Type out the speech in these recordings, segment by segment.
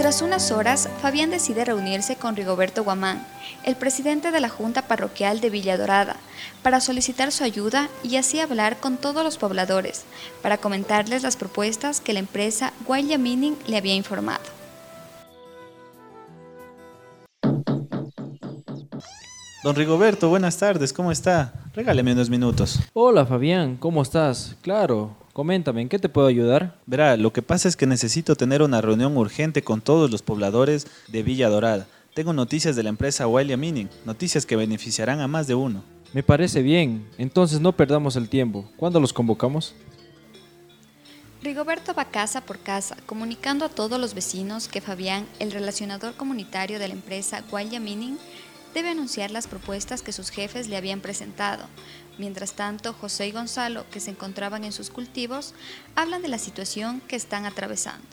Tras unas horas, Fabián decide reunirse con Rigoberto Guamán, el presidente de la Junta Parroquial de Villa Dorada, para solicitar su ayuda y así hablar con todos los pobladores, para comentarles las propuestas que la empresa Guaya Mining le había informado. Don Rigoberto, buenas tardes, ¿cómo está? Regáleme unos minutos. Hola Fabián, ¿cómo estás? Claro, coméntame, ¿en qué te puedo ayudar? Verá, lo que pasa es que necesito tener una reunión urgente con todos los pobladores de Villa Dorada. Tengo noticias de la empresa Guaya Mining, noticias que beneficiarán a más de uno. Me parece bien, entonces no perdamos el tiempo. ¿Cuándo los convocamos? Rigoberto va casa por casa, comunicando a todos los vecinos que Fabián, el relacionador comunitario de la empresa Guaya Mining, debe anunciar las propuestas que sus jefes le habían presentado. Mientras tanto, José y Gonzalo, que se encontraban en sus cultivos, hablan de la situación que están atravesando.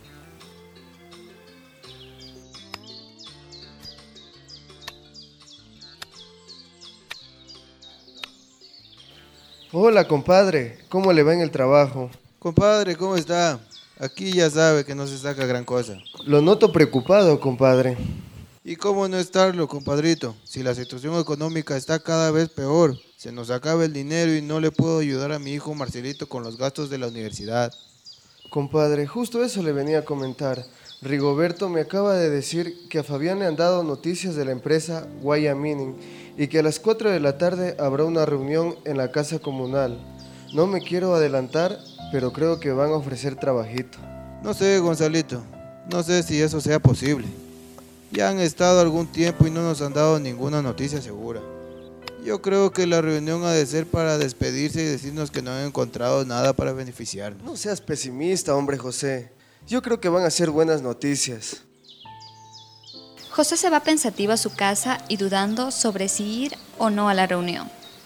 Hola, compadre, ¿cómo le va en el trabajo? Compadre, ¿cómo está? Aquí ya sabe que no se saca gran cosa. Lo noto preocupado, compadre. ¿Y cómo no estarlo, compadrito? Si la situación económica está cada vez peor, se nos acaba el dinero y no le puedo ayudar a mi hijo Marcelito con los gastos de la universidad. Compadre, justo eso le venía a comentar. Rigoberto me acaba de decir que a Fabián le han dado noticias de la empresa Guaya Mining y que a las 4 de la tarde habrá una reunión en la casa comunal. No me quiero adelantar, pero creo que van a ofrecer trabajito. No sé, Gonzalito, no sé si eso sea posible. Ya han estado algún tiempo y no nos han dado ninguna noticia segura. Yo creo que la reunión ha de ser para despedirse y decirnos que no han encontrado nada para beneficiarnos. No seas pesimista, hombre José. Yo creo que van a ser buenas noticias. José se va pensativo a su casa y dudando sobre si ir o no a la reunión.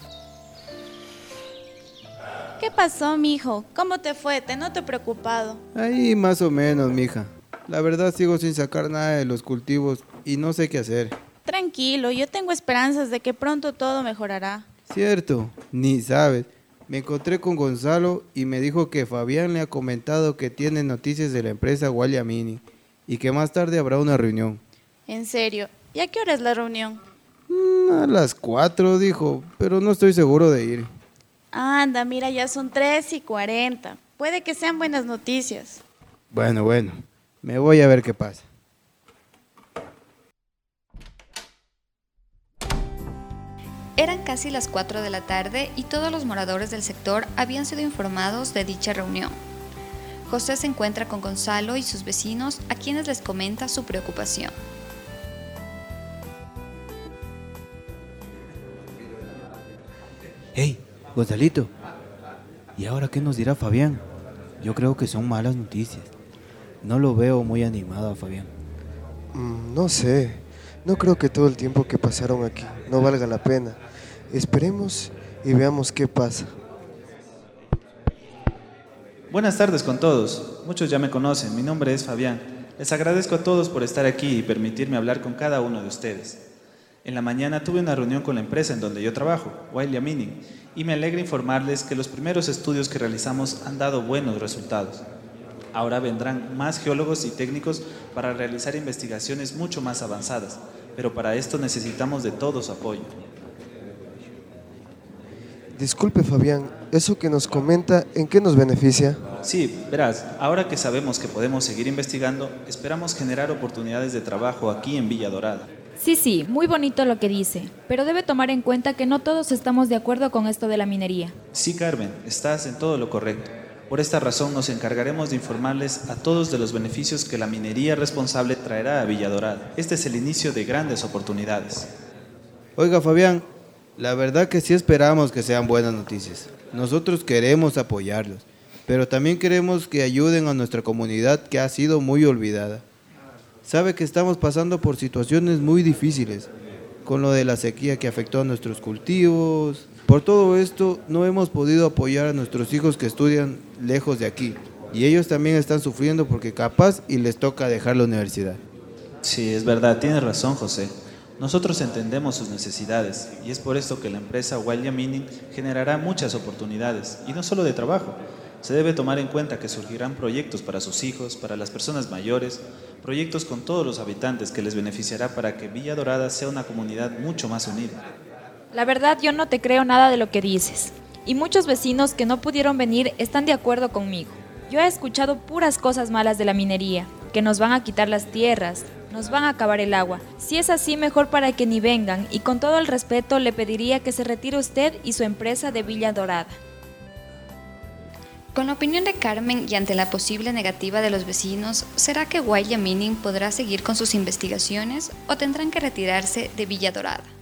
¿Qué pasó, mijo? ¿Cómo te fue? Te noto preocupado. Ahí más o menos, mija. La verdad sigo sin sacar nada de los cultivos y no sé qué hacer. Tranquilo, yo tengo esperanzas de que pronto todo mejorará. Cierto, ni sabes. Me encontré con Gonzalo y me dijo que Fabián le ha comentado que tiene noticias de la empresa Guaya Mini y que más tarde habrá una reunión. En serio, ¿y a qué hora es la reunión? A las 4 dijo, pero no estoy seguro de ir. Anda, mira, ya son 3:40. Puede que sean buenas noticias. Bueno, me voy a ver qué pasa. Eran casi las 4 de la tarde y todos los moradores del sector habían sido informados de dicha reunión. José se encuentra con Gonzalo y sus vecinos, a quienes les comenta su preocupación. Hey, Gonzalito, ¿y ahora qué nos dirá Fabián? Yo creo que son malas noticias. No lo veo muy animado a Fabián. No sé, no creo que todo el tiempo que pasaron aquí no valga la pena. Esperemos y veamos qué pasa. Buenas tardes con todos. Muchos ya me conocen, mi nombre es Fabián. Les agradezco a todos por estar aquí y permitirme hablar con cada uno de ustedes. En la mañana tuve una reunión con la empresa en donde yo trabajo, Guaya Mining, y me alegra informarles que los primeros estudios que realizamos han dado buenos resultados. Ahora vendrán más geólogos y técnicos para realizar investigaciones mucho más avanzadas, pero para esto necesitamos de todo su apoyo. Disculpe, Fabián, ¿eso que nos comenta en qué nos beneficia? Sí, verás, ahora que sabemos que podemos seguir investigando, esperamos generar oportunidades de trabajo aquí en Villa Dorada. Sí, muy bonito lo que dice, pero debe tomar en cuenta que no todos estamos de acuerdo con esto de la minería. Sí, Carmen, estás en todo lo correcto. Por esta razón nos encargaremos de informarles a todos de los beneficios que la minería responsable traerá a Villa Dorada. Este es el inicio de grandes oportunidades. Oiga, Fabián, la verdad que sí esperamos que sean buenas noticias. Nosotros queremos apoyarlos, pero también queremos que ayuden a nuestra comunidad que ha sido muy olvidada. Sabe que estamos pasando por situaciones muy difíciles, con lo de la sequía que afectó a nuestros cultivos. Por todo esto, no hemos podido apoyar a nuestros hijos que estudian lejos de aquí, y ellos también están sufriendo porque capaz y les toca dejar la universidad. Sí, es verdad, tienes razón, José. Nosotros entendemos sus necesidades y es por esto que la empresa Guaya Mining generará muchas oportunidades, y no solo de trabajo, Se debe tomar en cuenta que surgirán proyectos para sus hijos, para las personas mayores, proyectos con todos los habitantes que les beneficiará para que Villa Dorada sea una comunidad mucho más unida. La verdad, yo no te creo nada de lo que dices. Y muchos vecinos que no pudieron venir están de acuerdo conmigo. Yo he escuchado puras cosas malas de la minería, que nos van a quitar las tierras, nos van a acabar el agua. Si es así, mejor para que ni vengan, y con todo el respeto le pediría que se retire usted y su empresa de Villa Dorada. Con la opinión de Carmen y ante la posible negativa de los vecinos, ¿será que Guaya Mining podrá seguir con sus investigaciones o tendrán que retirarse de Villa Dorada?